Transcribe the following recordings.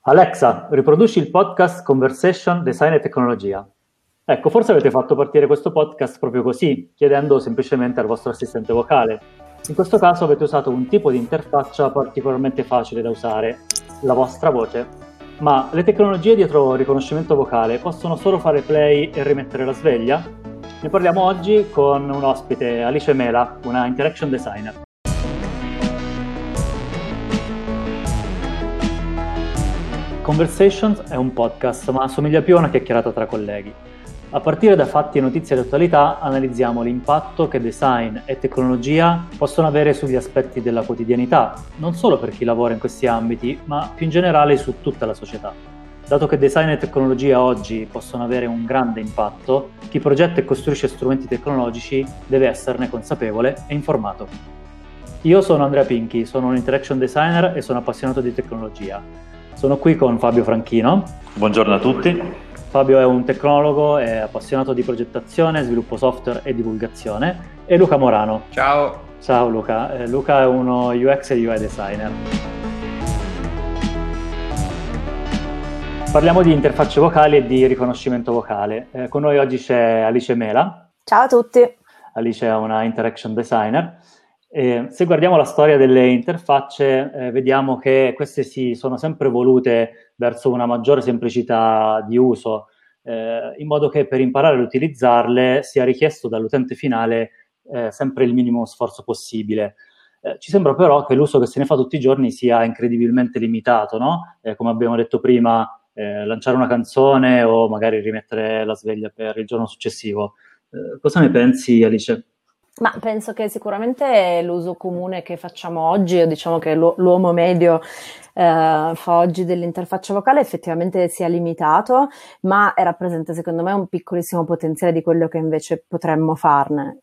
Alexa, riproduci il podcast Conversation Design e Tecnologia. Ecco, forse avete fatto partire questo podcast proprio così, chiedendo semplicemente al vostro assistente vocale. In questo caso avete usato un tipo di interfaccia particolarmente facile da usare, la vostra voce. Ma le tecnologie dietro riconoscimento vocale possono solo fare play e rimettere la sveglia? Ne parliamo oggi con un ospite, Alice Mela, una interaction designer. Conversations è un podcast, ma assomiglia più a una chiacchierata tra colleghi. A partire da fatti e notizie di attualità, analizziamo l'impatto che design e tecnologia possono avere sugli aspetti della quotidianità, non solo per chi lavora in questi ambiti, ma più in generale su tutta la società. Dato che design e tecnologia oggi possono avere un grande impatto, chi progetta e costruisce strumenti tecnologici deve esserne consapevole e informato. Io sono Andrea Pinchi, sono un interaction designer e sono appassionato di tecnologia. Sono qui con Fabio Franchino. Buongiorno a tutti. Fabio è un tecnologo, è appassionato di progettazione, sviluppo software e divulgazione. E Luca Morano. Ciao. Ciao Luca. Luca è uno UX e UI designer. Parliamo di interfacce vocali e di riconoscimento vocale. Con noi oggi c'è Alice Mela. Ciao a tutti. Alice è una interaction designer. Se guardiamo la storia delle interfacce, vediamo che queste si sono sempre evolute verso una maggiore semplicità di uso, in modo che per imparare ad utilizzarle sia richiesto dall'utente finale sempre il minimo sforzo possibile. Ci sembra però che l'uso che se ne fa tutti i giorni sia incredibilmente limitato, no? Come abbiamo detto prima, lanciare una canzone o magari rimettere la sveglia per il giorno successivo. Cosa ne pensi, Alice? Ma penso che sicuramente l'uso comune che facciamo oggi, o diciamo che l'uomo medio fa oggi dell'interfaccia vocale effettivamente sia limitato, ma rappresenta secondo me un piccolissimo potenziale di quello che invece potremmo farne.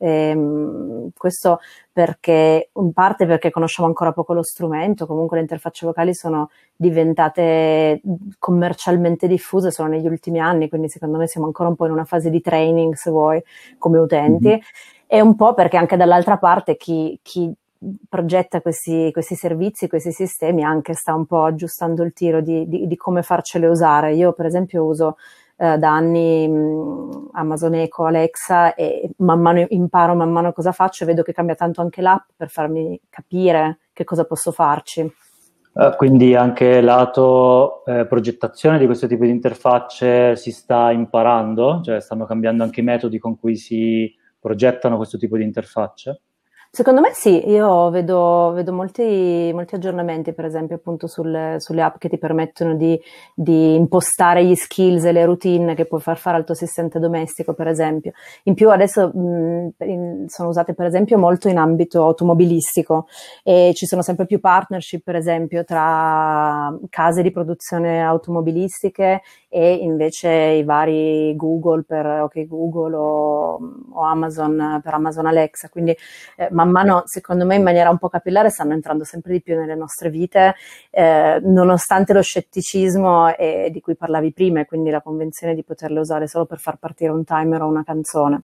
Questo perché, in parte perché conosciamo ancora poco lo strumento, comunque le interfacce vocali sono diventate commercialmente diffuse solo negli ultimi anni, quindi secondo me siamo ancora un po' in una fase di training, se vuoi, come utenti. Mm-hmm. E un po' perché anche dall'altra parte chi progetta questi servizi, questi sistemi, anche sta un po' aggiustando il tiro di come farcele usare. Io per esempio uso da anni Amazon Echo, Alexa, e man mano imparo man mano cosa faccio e vedo che cambia tanto anche l'app per farmi capire che cosa posso farci. Quindi anche lato progettazione di questo tipo di interfacce si sta imparando? Cioè stanno cambiando anche i metodi con cui si progettano questo tipo di interfacce? Secondo me sì, io vedo molti aggiornamenti, per esempio appunto sulle app che ti permettono di impostare gli skills e le routine che puoi far fare al tuo assistente domestico, per esempio. In più adesso sono usate per esempio molto in ambito automobilistico e ci sono sempre più partnership, per esempio, tra case di produzione automobilistiche e invece i vari Google per OK Google o Amazon per Amazon Alexa, quindi man mano, secondo me, in maniera un po' capillare stanno entrando sempre di più nelle nostre vite, nonostante lo scetticismo di cui parlavi prima, e quindi la convenzione di poterle usare solo per far partire un timer o una canzone.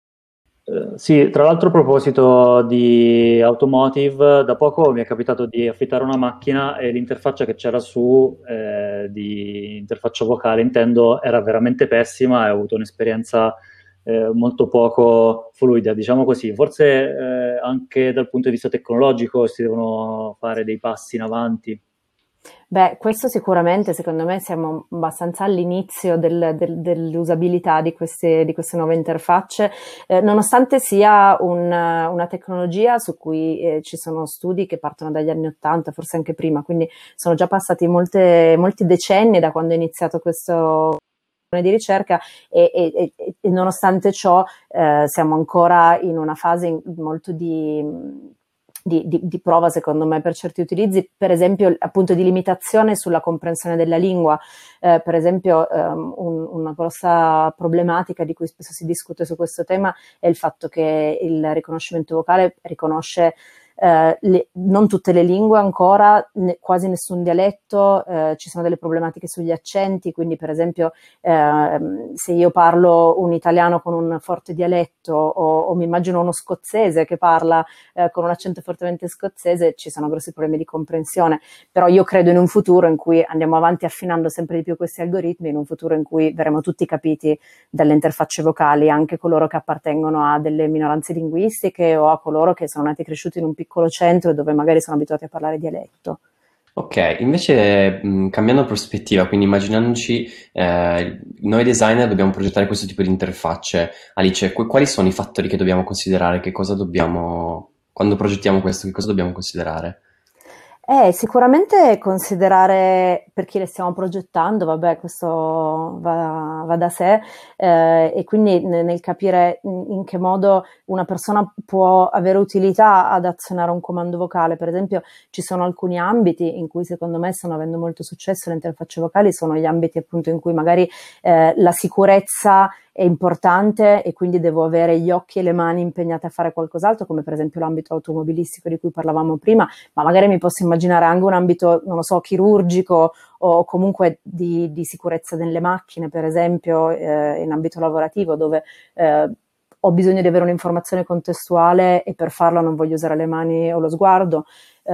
Sì, tra l'altro a proposito di automotive, da poco mi è capitato di affittare una macchina e l'interfaccia che c'era su di interfaccia vocale, intendo, era veramente pessima e ho avuto un'esperienza molto poco fluida, diciamo così. Forse anche dal punto di vista tecnologico si devono fare dei passi in avanti. Beh, questo sicuramente, secondo me siamo abbastanza all'inizio dell'usabilità di queste nuove interfacce, nonostante sia una tecnologia su cui ci sono studi che partono dagli anni '80, forse anche prima, quindi sono già passati molti decenni da quando è iniziato questo di ricerca e nonostante ciò siamo ancora in una fase molto di prova, secondo me, per certi utilizzi, per esempio appunto di limitazione sulla comprensione della lingua. Per esempio una grossa problematica di cui spesso si discute su questo tema è il fatto che il riconoscimento vocale riconosce non tutte le lingue ancora, quasi nessun dialetto, ci sono delle problematiche sugli accenti, quindi per esempio se io parlo un italiano con un forte dialetto o mi immagino uno scozzese che parla con un accento fortemente scozzese, ci sono grossi problemi di comprensione, però io credo in un futuro in cui andiamo avanti affinando sempre di più questi algoritmi, in un futuro in cui verremo tutti capiti dalle interfacce vocali, anche coloro che appartengono a delle minoranze linguistiche o a coloro che sono nati e cresciuti in un piccolo centro dove magari sono abituati a parlare dialetto. Ok, invece cambiando prospettiva, quindi immaginandoci noi designer dobbiamo progettare questo tipo di interfacce. Alice, quali sono i fattori che dobbiamo considerare? Che cosa dobbiamo, quando progettiamo questo, che cosa dobbiamo considerare? Sicuramente considerare per chi le stiamo progettando, vabbè, questo va da sé, e quindi nel capire in che modo una persona può avere utilità ad azionare un comando vocale. Per esempio, ci sono alcuni ambiti in cui secondo me stanno avendo molto successo le interfacce vocali, sono gli ambiti appunto in cui magari la sicurezza è importante e quindi devo avere gli occhi e le mani impegnate a fare qualcos'altro, come per esempio l'ambito automobilistico di cui parlavamo prima, ma magari mi posso immaginare anche un ambito, non lo so, chirurgico o comunque di sicurezza delle macchine, per esempio, in ambito lavorativo, dove ho bisogno di avere un'informazione contestuale e per farlo non voglio usare le mani o lo sguardo,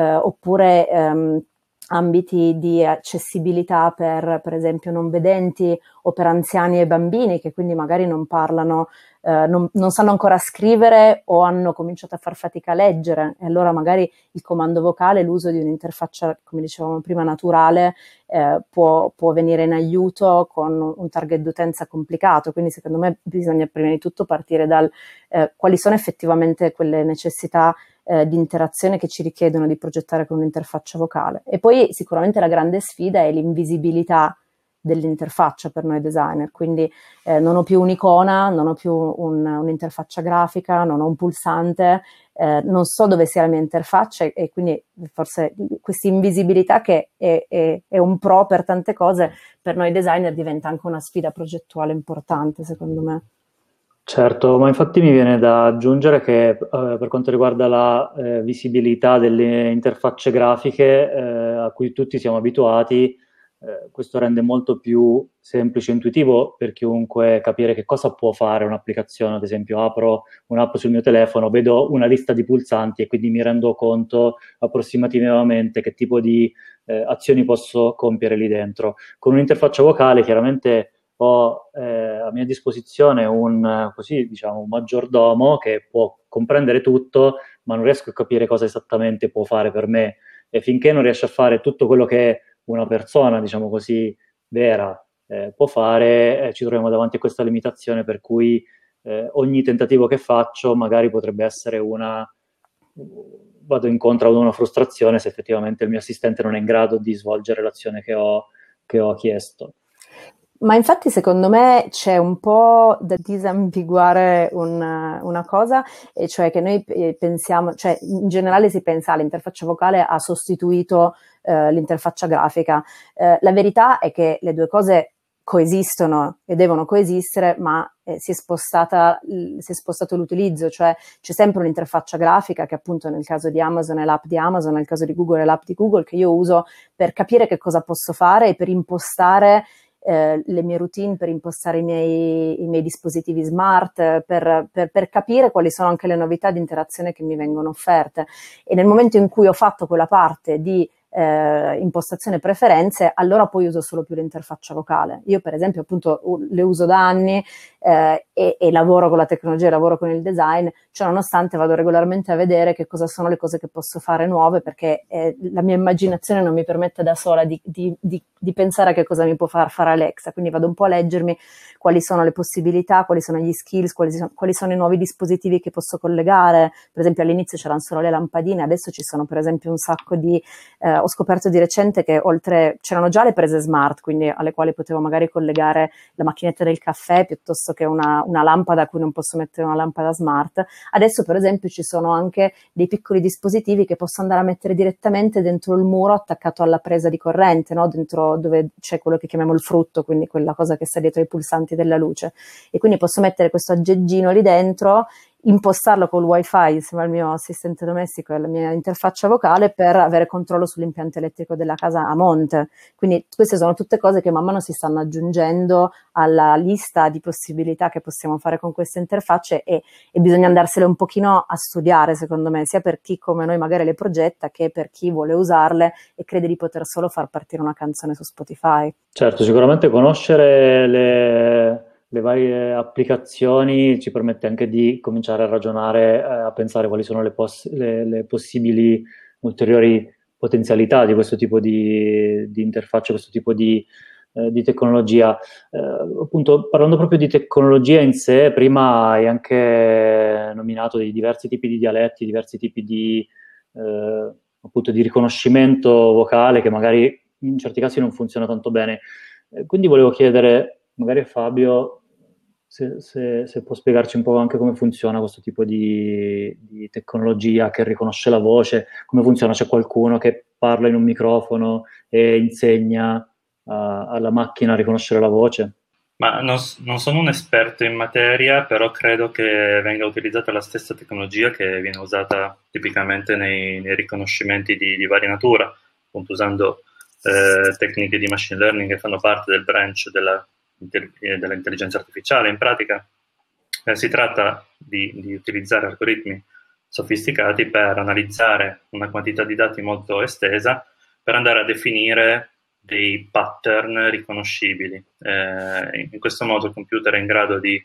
oppure ambiti di accessibilità per esempio non vedenti o per anziani e bambini che quindi magari non parlano, non sanno ancora scrivere o hanno cominciato a far fatica a leggere, e allora magari il comando vocale, l'uso di un'interfaccia, come dicevamo prima, naturale, può venire in aiuto con un target d'utenza complicato. Quindi secondo me bisogna prima di tutto partire dal quali sono effettivamente quelle necessità di interazione che ci richiedono di progettare con un'interfaccia vocale. E poi sicuramente la grande sfida è l'invisibilità dell'interfaccia per noi designer, quindi non ho più un'icona, non ho più un'interfaccia grafica, non ho un pulsante, non so dove sia la mia interfaccia e quindi forse questa invisibilità che è un pro per tante cose, per noi designer diventa anche una sfida progettuale importante, secondo me. Certo, ma infatti mi viene da aggiungere che per quanto riguarda la visibilità delle interfacce grafiche a cui tutti siamo abituati, questo rende molto più semplice e intuitivo per chiunque capire che cosa può fare un'applicazione. Ad esempio, apro un'app sul mio telefono, vedo una lista di pulsanti e quindi mi rendo conto approssimativamente che tipo di azioni posso compiere lì dentro. Con un'interfaccia vocale chiaramente ho a mia disposizione così, diciamo, un maggiordomo che può comprendere tutto, ma non riesco a capire cosa esattamente può fare per me. E finché non riesce a fare tutto quello che una persona, diciamo così, vera può fare, ci troviamo davanti a questa limitazione per cui ogni tentativo che faccio magari potrebbe essere vado incontro ad una frustrazione se effettivamente il mio assistente non è in grado di svolgere l'azione che ho chiesto. Ma infatti secondo me c'è un po' da disambiguare una cosa, e cioè che noi pensiamo, cioè in generale si pensa l'interfaccia vocale ha sostituito l'interfaccia grafica. La verità è che le due cose coesistono e devono coesistere, ma si è spostato l'utilizzo, cioè c'è sempre un'interfaccia grafica che appunto nel caso di Amazon è l'app di Amazon, nel caso di Google è l'app di Google, che io uso per capire che cosa posso fare e per impostare le mie routine, per impostare i miei dispositivi smart, per capire quali sono anche le novità di interazione che mi vengono offerte. E nel momento in cui ho fatto quella parte di impostazione preferenze, allora poi uso solo più l'interfaccia vocale. Io per esempio appunto le uso da anni e lavoro con la tecnologia, lavoro con il design, cioè nonostante vado regolarmente a vedere che cosa sono le cose che posso fare nuove, perché la mia immaginazione non mi permette da sola di pensare a che cosa mi può fare Alexa, quindi vado un po' a leggermi quali sono le possibilità, quali sono gli skills, quali sono i nuovi dispositivi che posso collegare. Per esempio all'inizio c'erano solo le lampadine, adesso ci sono per esempio un sacco di ho scoperto di recente che c'erano già le prese smart, quindi alle quali potevo magari collegare la macchinetta del caffè piuttosto che una lampada a cui non posso mettere una lampada smart. Adesso per esempio ci sono anche dei piccoli dispositivi che posso andare a mettere direttamente dentro il muro attaccato alla presa di corrente, no? Dentro dove c'è quello che chiamiamo il frutto, quindi quella cosa che sta dietro ai pulsanti della luce, e quindi posso mettere questo aggeggino lì dentro impostarlo col wifi insieme al mio assistente domestico e alla mia interfaccia vocale per avere controllo sull'impianto elettrico della casa a monte. Quindi queste sono tutte cose che man mano si stanno aggiungendo alla lista di possibilità che possiamo fare con queste interfacce e bisogna andarsele un pochino a studiare, secondo me, sia per chi come noi magari le progetta che per chi vuole usarle e crede di poter solo far partire una canzone su Spotify. Certo, sicuramente conoscere le varie applicazioni ci permette anche di cominciare a ragionare, a pensare quali sono le possibili ulteriori potenzialità di questo tipo di interfaccia, questo tipo di tecnologia. Appunto, parlando proprio di tecnologia in sé, prima hai anche nominato dei diversi tipi di dialetti, diversi tipi appunto di riconoscimento vocale che magari in certi casi non funziona tanto bene. Quindi volevo chiedere, magari a Fabio, se può spiegarci un po' anche come funziona questo tipo di tecnologia che riconosce la voce, come funziona? C'è qualcuno che parla in un microfono e insegna alla macchina a riconoscere la voce? Ma non sono un esperto in materia, però credo che venga utilizzata la stessa tecnologia che viene usata tipicamente nei riconoscimenti di varia natura, appunto usando tecniche di machine learning che fanno parte del branch dell'intelligenza artificiale. In pratica si tratta di utilizzare algoritmi sofisticati per analizzare una quantità di dati molto estesa per andare a definire dei pattern riconoscibili. In questo modo il computer è in grado di,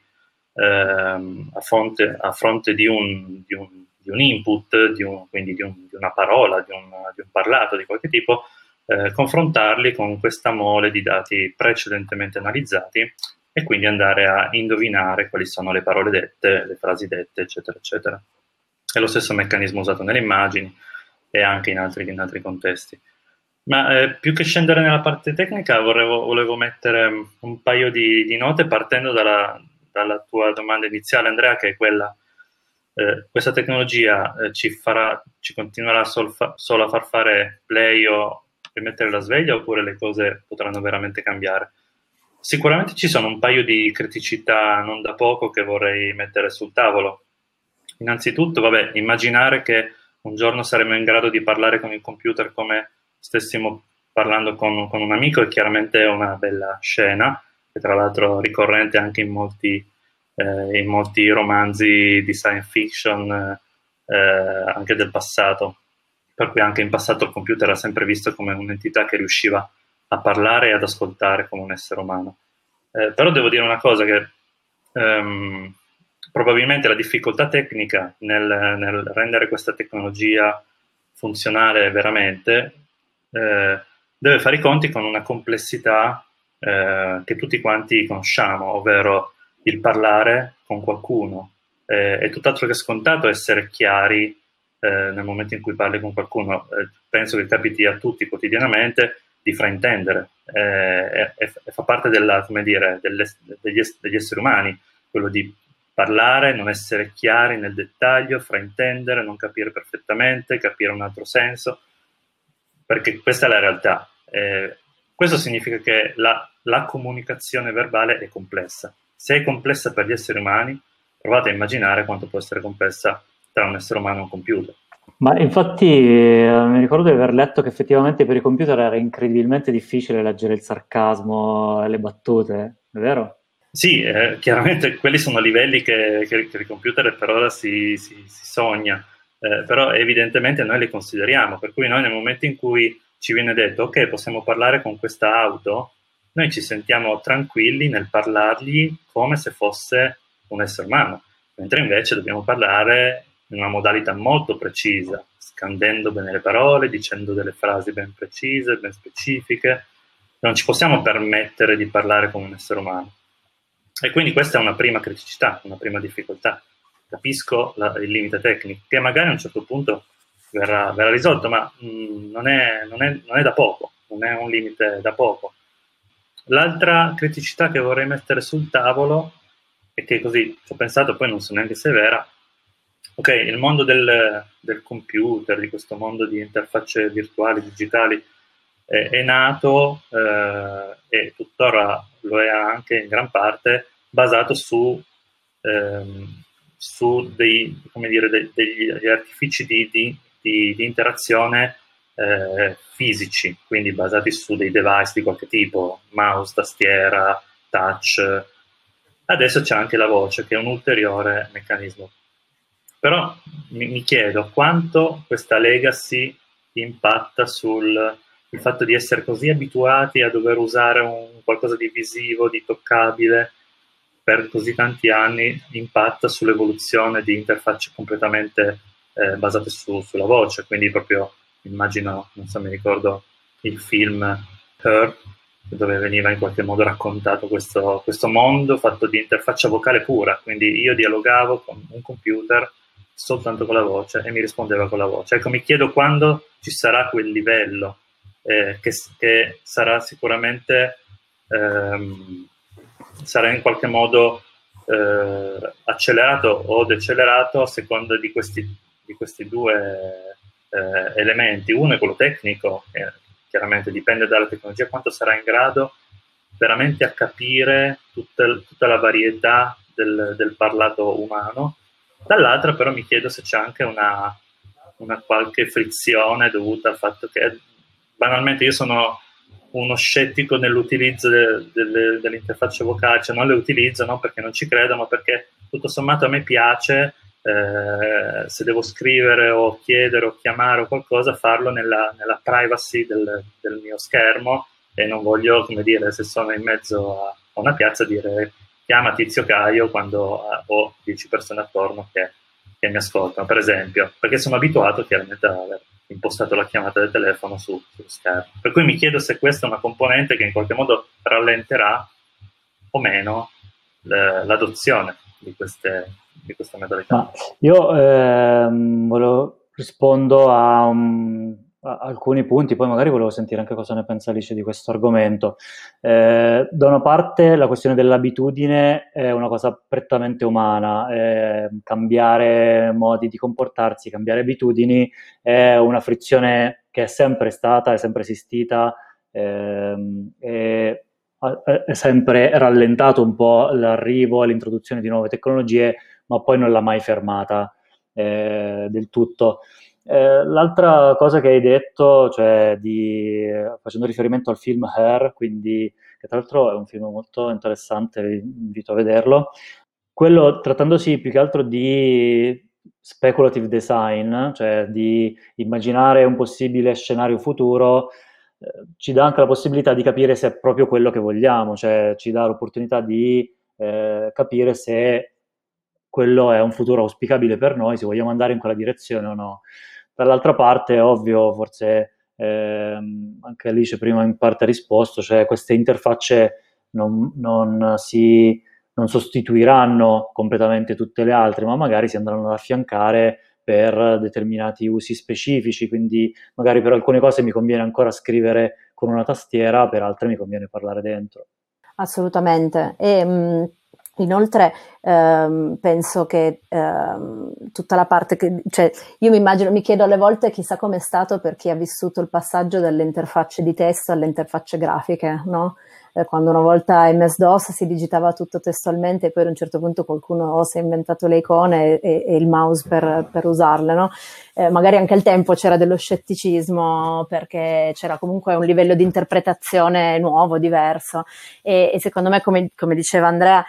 a fronte di un input, quindi di una parola, di un parlato di qualche tipo, confrontarli con questa mole di dati precedentemente analizzati e quindi andare a indovinare quali sono le parole dette, le frasi dette, eccetera, eccetera. È lo stesso meccanismo usato nelle immagini e anche in altri contesti. Ma più che scendere nella parte tecnica, volevo mettere un paio di note partendo dalla tua domanda iniziale, Andrea, che è quella: questa tecnologia ci continuerà solo a far fare play o rimettere la sveglia, oppure le cose potranno veramente cambiare? Sicuramente ci sono un paio di criticità non da poco che vorrei mettere sul tavolo. Innanzitutto, immaginare che un giorno saremo in grado di parlare con il computer come stessimo parlando con un amico è chiaramente una bella scena, che tra l'altro è ricorrente anche in molti romanzi di science fiction anche del passato, per cui anche in passato il computer ha sempre visto come un'entità che riusciva a parlare e ad ascoltare come un essere umano. Però devo dire una cosa, che probabilmente la difficoltà tecnica nel rendere questa tecnologia funzionale veramente deve fare i conti con una complessità che tutti quanti conosciamo, ovvero il parlare con qualcuno. È tutt'altro che scontato essere chiari nel momento in cui parli con qualcuno. Penso che capiti a tutti quotidianamente di fraintendere, e fa parte degli esseri umani, quello di parlare, non essere chiari nel dettaglio, fraintendere, non capire perfettamente, capire un altro senso, perché questa è la realtà. Questo significa che la comunicazione verbale è complessa. Se è complessa per gli esseri umani, provate a immaginare quanto può essere complessa tra un essere umano e un computer. Ma infatti mi ricordo di aver letto che effettivamente per i computer era incredibilmente difficile leggere il sarcasmo e le battute, è vero? Sì, chiaramente quelli sono livelli che il computer per ora si sogna, però evidentemente noi li consideriamo, per cui noi nel momento in cui ci viene detto ok, possiamo parlare con questa auto, noi ci sentiamo tranquilli nel parlargli come se fosse un essere umano, mentre invece dobbiamo parlare in una modalità molto precisa, scandendo bene le parole, dicendo delle frasi ben precise, ben specifiche. Non ci possiamo permettere di parlare come un essere umano. E quindi questa è una prima criticità, una prima difficoltà. Capisco il limite tecnico, che magari a un certo punto verrà risolto, ma non è da poco, non è un limite da poco. L'altra criticità che vorrei mettere sul tavolo, e che così ci ho pensato, poi non so neanche se è vera, ok, il mondo del computer, di questo mondo di interfacce virtuali, digitali, è nato e tuttora lo è anche in gran parte basato su su degli artifici di interazione fisici, quindi basati su dei device di qualche tipo, mouse, tastiera, touch. Adesso c'è anche la voce, che è un ulteriore meccanismo. Però mi chiedo quanto questa legacy impatta sul il fatto di essere così abituati a dover usare qualcosa di visivo, di toccabile, per così tanti anni, impatta sull'evoluzione di interfacce completamente basate sulla voce. Quindi proprio immagino, non so, mi ricordo il film Her, dove veniva in qualche modo raccontato questo mondo fatto di interfaccia vocale pura, quindi io dialogavo con un computer soltanto con la voce e mi rispondeva con la voce. Ecco, mi chiedo quando ci sarà quel livello che sarà sicuramente sarà in qualche modo accelerato o decelerato a seconda di questi due elementi. Uno è quello tecnico, che chiaramente dipende dalla tecnologia, quanto sarà in grado veramente a capire tutta la varietà del parlato umano. Dall'altra però mi chiedo se c'è anche una qualche frizione dovuta al fatto che banalmente io sono uno scettico nell'utilizzo delle interfacce vocali, cioè non le utilizzo non perché non ci credo, ma perché tutto sommato a me piace, se devo scrivere o chiedere o chiamare o qualcosa, farlo nella privacy del mio schermo, e non voglio, come dire, se sono in mezzo a una piazza, dire chiama Tizio Caio quando ho 10 persone attorno che mi ascoltano, per esempio, perché sono abituato chiaramente a aver impostato la chiamata del telefono sullo schermo. Per cui mi chiedo se questa è una componente che in qualche modo rallenterà o meno l'adozione di queste modalità. Io rispondo a alcuni punti, poi magari volevo sentire anche cosa ne pensa Alice di questo argomento. Da una parte la questione dell'abitudine è una cosa prettamente umana, cambiare modi di comportarsi, cambiare abitudini è una frizione che è sempre stata, è sempre esistita, è sempre rallentato un po' l'arrivo e l'introduzione di nuove tecnologie, ma poi non l'ha mai fermata del tutto. L'altra cosa che hai detto, cioè facendo riferimento al film Her, quindi, che tra l'altro è un film molto interessante, vi invito a vederlo, quello trattandosi più che altro di speculative design, cioè di immaginare un possibile scenario futuro, ci dà anche la possibilità di capire se è proprio quello che vogliamo, cioè ci dà l'opportunità di capire se quello è un futuro auspicabile per noi, se vogliamo andare in quella direzione o no. Dall'altra parte, è ovvio, forse anche Alice prima in parte ha risposto, cioè queste interfacce non sostituiranno completamente tutte le altre, ma magari si andranno ad affiancare per determinati usi specifici, quindi magari per alcune cose mi conviene ancora scrivere con una tastiera, per altre mi conviene parlare dentro. Assolutamente. E inoltre penso che tutta la parte cioè io mi chiedo alle volte chissà com'è stato per chi ha vissuto il passaggio dalle interfacce di testo alle interfacce grafiche, no? Quando una volta MS-DOS si digitava tutto testualmente e poi ad un certo punto qualcuno si è inventato le icone e il mouse per usarle, no? Magari anche al tempo c'era dello scetticismo perché c'era comunque un livello di interpretazione nuovo, diverso, e secondo me, come diceva Andrea,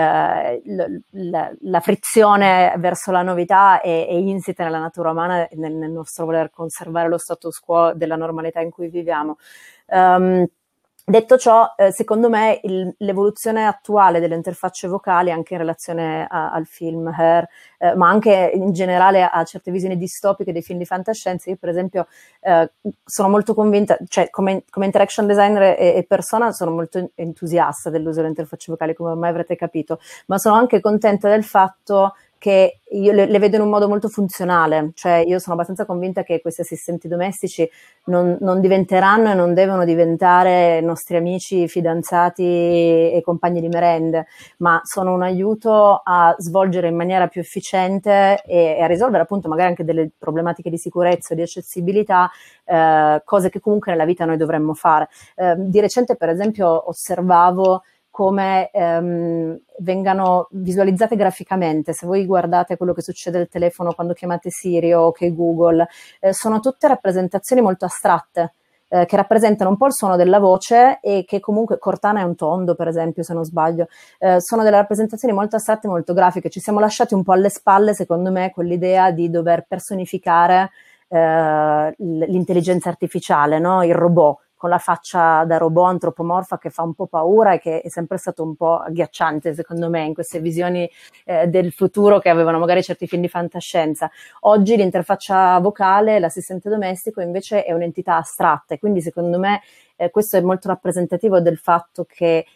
la frizione verso la novità è insita nella natura umana, nel nostro voler conservare lo status quo della normalità in cui viviamo. Detto ciò, secondo me l'evoluzione attuale delle interfacce vocali, anche in relazione al film Her, ma anche in generale a certe visioni distopiche dei film di fantascienza, io per esempio sono molto convinta, cioè come interaction designer e persona sono molto entusiasta dell'uso delle interfacce vocali, come ormai avrete capito, ma sono anche contenta del fatto che io le vedo in un modo molto funzionale, cioè io sono abbastanza convinta che questi assistenti domestici non diventeranno e non devono diventare nostri amici, fidanzati e compagni di merende, ma sono un aiuto a svolgere in maniera più efficiente e a risolvere appunto magari anche delle problematiche di sicurezza e di accessibilità, cose che comunque nella vita noi dovremmo fare. Di recente per esempio osservavo come vengano visualizzate graficamente. Se voi guardate quello che succede al telefono quando chiamate Siri o che Google, sono tutte rappresentazioni molto astratte, che rappresentano un po' il suono della voce e che comunque, Cortana è un tondo per esempio, se non sbaglio, sono delle rappresentazioni molto astratte, molto grafiche. Ci siamo lasciati un po' alle spalle, secondo me, quell'idea di dover personificare l'intelligenza artificiale, no? Il robot con la faccia da robot antropomorfa che fa un po' paura e che è sempre stato un po' agghiacciante, secondo me, in queste visioni del futuro che avevano magari certi film di fantascienza. Oggi l'interfaccia vocale, l'assistente domestico, invece è un'entità astratta, e quindi secondo me questo è molto rappresentativo del fatto che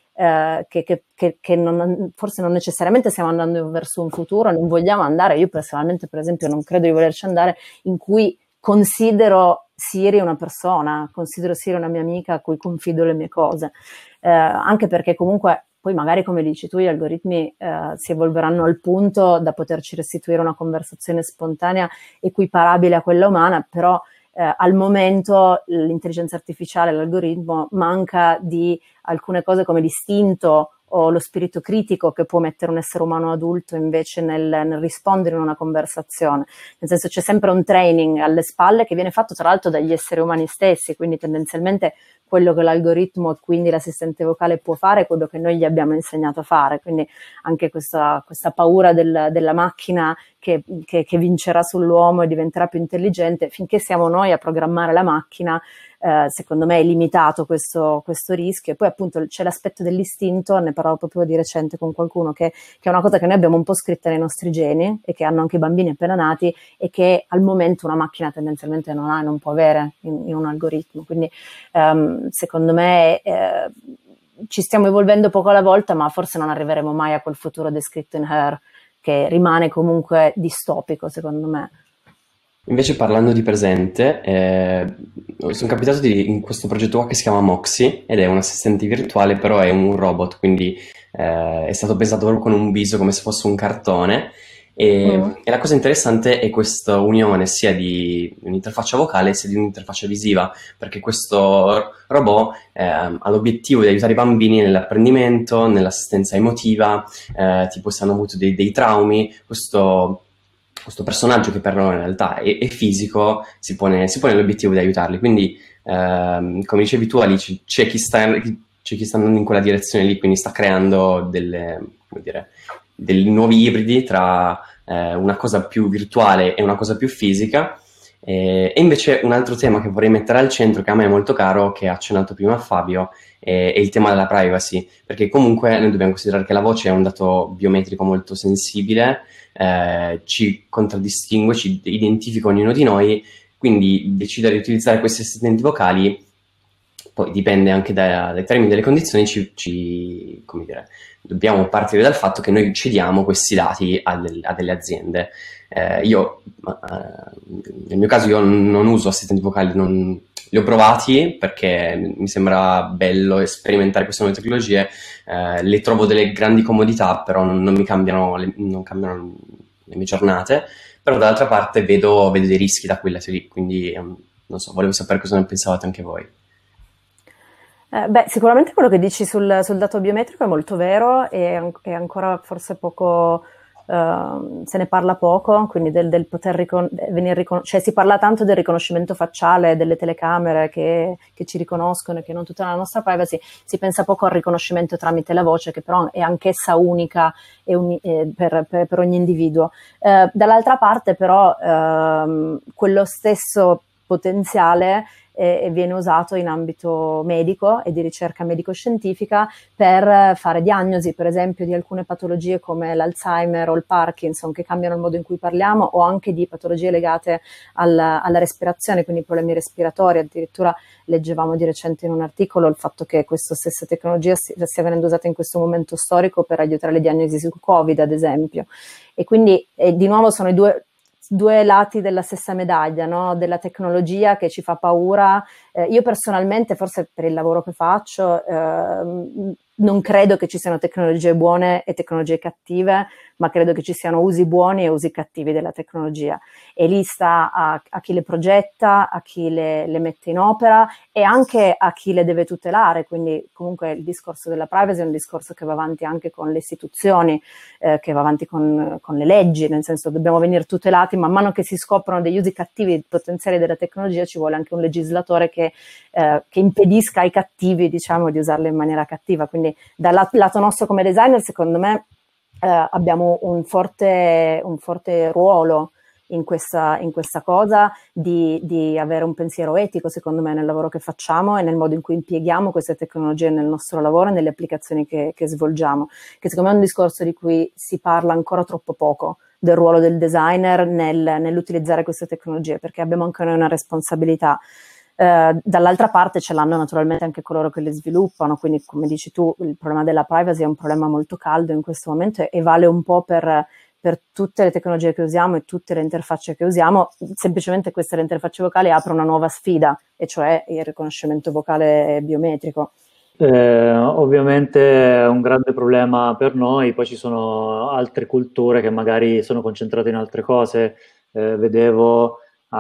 forse non necessariamente stiamo andando verso un futuro, non vogliamo andare, io personalmente per esempio non credo di volerci andare, in cui considero Siri una persona, considero Siri una mia amica a cui confido le mie cose, anche perché comunque poi magari, come dici tu, gli algoritmi si evolveranno al punto da poterci restituire una conversazione spontanea equiparabile a quella umana, però al momento l'intelligenza artificiale, l'algoritmo, manca di alcune cose come l'istinto o lo spirito critico che può mettere un essere umano adulto invece nel rispondere in una conversazione. Nel senso, c'è sempre un training alle spalle che viene fatto tra l'altro dagli esseri umani stessi, quindi tendenzialmente quello che l'algoritmo e quindi l'assistente vocale può fare è quello che noi gli abbiamo insegnato a fare, quindi anche questa paura della macchina che vincerà sull'uomo e diventerà più intelligente, finché siamo noi a programmare la macchina, secondo me è limitato questo rischio. E poi appunto c'è l'aspetto dell'istinto, ne parlavo proprio di recente con qualcuno, che è una cosa che noi abbiamo un po' scritta nei nostri geni e che hanno anche i bambini appena nati e che al momento una macchina tendenzialmente non ha e non può avere in un algoritmo. Quindi secondo me ci stiamo evolvendo poco alla volta, ma forse non arriveremo mai a quel futuro descritto in Her, che rimane comunque distopico secondo me. Invece parlando di presente, sono capitato in questo progetto qua che si chiama Moxie ed è un assistente virtuale, però è un robot, quindi è stato pensato proprio con un viso come se fosse un cartone. E la cosa interessante è questa unione sia di un'interfaccia vocale sia di un'interfaccia visiva, perché questo robot ha l'obiettivo di aiutare i bambini nell'apprendimento, nell'assistenza emotiva, tipo se hanno avuto dei traumi. Questo personaggio, che però in realtà è fisico, si pone l'obiettivo di aiutarli. Quindi, come dicevi tu, Alice, c'è chi sta andando in quella direzione lì, quindi sta creando dei nuovi ibridi tra una cosa più virtuale e una cosa più fisica. E invece un altro tema che vorrei mettere al centro, che a me è molto caro, che ha accennato prima Fabio, è il tema della privacy, perché comunque noi dobbiamo considerare che la voce è un dato biometrico molto sensibile, ci contraddistingue, ci identifica ognuno di noi, quindi decidere di utilizzare questi assistenti vocali poi dipende anche dai termini e delle condizioni, come dire, dobbiamo partire dal fatto che noi cediamo questi dati a delle aziende. Nel mio caso io non uso assistenti vocali, li ho provati perché mi sembra bello sperimentare queste nuove tecnologie, le trovo delle grandi comodità, però non mi cambiano non cambiano le mie giornate, però dall'altra parte vedo dei rischi da quella serie, quindi non so, volevo sapere cosa ne pensavate anche voi. Sicuramente quello che dici sul dato biometrico è molto vero e ancora forse poco, se ne parla poco, quindi del poter venire cioè si parla tanto del riconoscimento facciale, delle telecamere che ci riconoscono e che non tutelano la nostra privacy, si pensa poco al riconoscimento tramite la voce, che però è anch'essa unica per ogni individuo. Dall'altra parte però quello stesso potenziale viene usato in ambito medico e di ricerca medico-scientifica per fare diagnosi, per esempio, di alcune patologie come l'Alzheimer o il Parkinson, che cambiano il modo in cui parliamo, o anche di patologie legate alla respirazione, quindi problemi respiratori. Addirittura leggevamo di recente in un articolo il fatto che questa stessa tecnologia stia venendo usata in questo momento storico per aiutare le diagnosi su Covid, ad esempio. E quindi di nuovo sono i due. due lati della stessa medaglia, no? Della tecnologia che ci fa paura. Io personalmente, forse per il lavoro che faccio, non credo che ci siano tecnologie buone e tecnologie cattive, ma credo che ci siano usi buoni e usi cattivi della tecnologia. E lì sta a chi le progetta, a chi le mette in opera e anche a chi le deve tutelare. Quindi comunque il discorso della privacy è un discorso che va avanti anche con le istituzioni, che va avanti con le leggi, nel senso dobbiamo venire tutelati. Man mano che si scoprono degli usi cattivi potenziali della tecnologia, ci vuole anche un legislatore che impedisca ai cattivi, diciamo, di usarla in maniera cattiva. Quindi dal lato nostro come designer, secondo me, abbiamo un forte ruolo in questa cosa di avere un pensiero etico, secondo me, nel lavoro che facciamo e nel modo in cui impieghiamo queste tecnologie nel nostro lavoro e nelle applicazioni che svolgiamo, che secondo me è un discorso di cui si parla ancora troppo poco, del ruolo del designer nell'utilizzare queste tecnologie, perché abbiamo anche noi una responsabilità. Dall'altra parte ce l'hanno naturalmente anche coloro che le sviluppano, quindi come dici tu il problema della privacy è un problema molto caldo in questo momento e vale un po' per tutte le tecnologie che usiamo e tutte le interfacce che usiamo. Semplicemente queste le interfacce vocali aprono una nuova sfida, e cioè il riconoscimento vocale biometrico. Ovviamente è un grande problema per noi, poi ci sono altre culture che magari sono concentrate in altre cose. Vedevo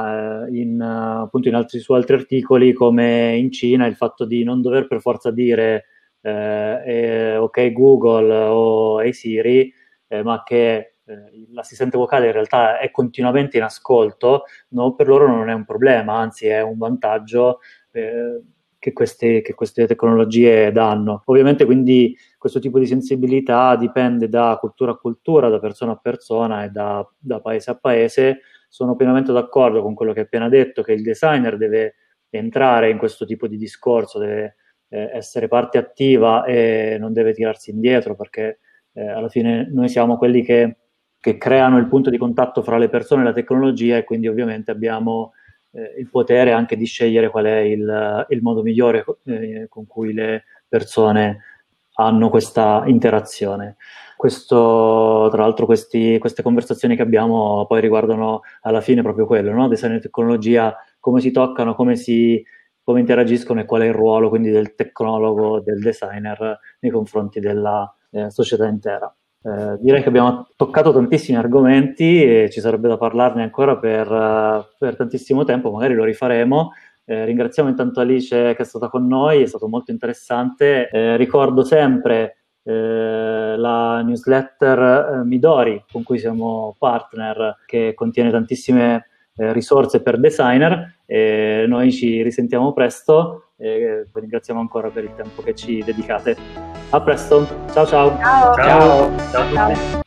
su altri articoli come in Cina il fatto di non dover per forza dire ok Google o hey Siri, ma che l'assistente vocale in realtà è continuamente in ascolto, no, per loro non è un problema, anzi è un vantaggio che queste tecnologie danno. Ovviamente quindi questo tipo di sensibilità dipende da cultura a cultura, da persona a persona e da paese a paese. Sono pienamente d'accordo con quello che hai appena detto, che il designer deve entrare in questo tipo di discorso, deve essere parte attiva e non deve tirarsi indietro, perché alla fine noi siamo quelli che creano il punto di contatto fra le persone e la tecnologia, e quindi ovviamente abbiamo il potere anche di scegliere qual è il modo migliore con cui le persone hanno questa interazione. Questo, tra l'altro, queste conversazioni che abbiamo poi riguardano alla fine proprio quello, no? Design e tecnologia, come si toccano, come interagiscono e qual è il ruolo quindi del tecnologo, del designer nei confronti della società intera. Direi che abbiamo toccato tantissimi argomenti e ci sarebbe da parlarne ancora per tantissimo tempo, magari lo rifaremo. Ringraziamo intanto Alice che è stata con noi, è stato molto interessante. Ricordo sempre la newsletter Midori, con cui siamo partner, che contiene tantissime risorse per designer. Noi ci risentiamo presto e vi ringraziamo ancora per il tempo che ci dedicate. A presto, ciao ciao. Ciao. Ciao. Ciao a tutti.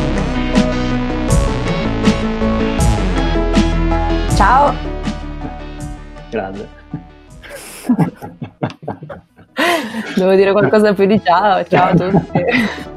Ciao. Grande. Devo dire qualcosa più di ciao a tutti.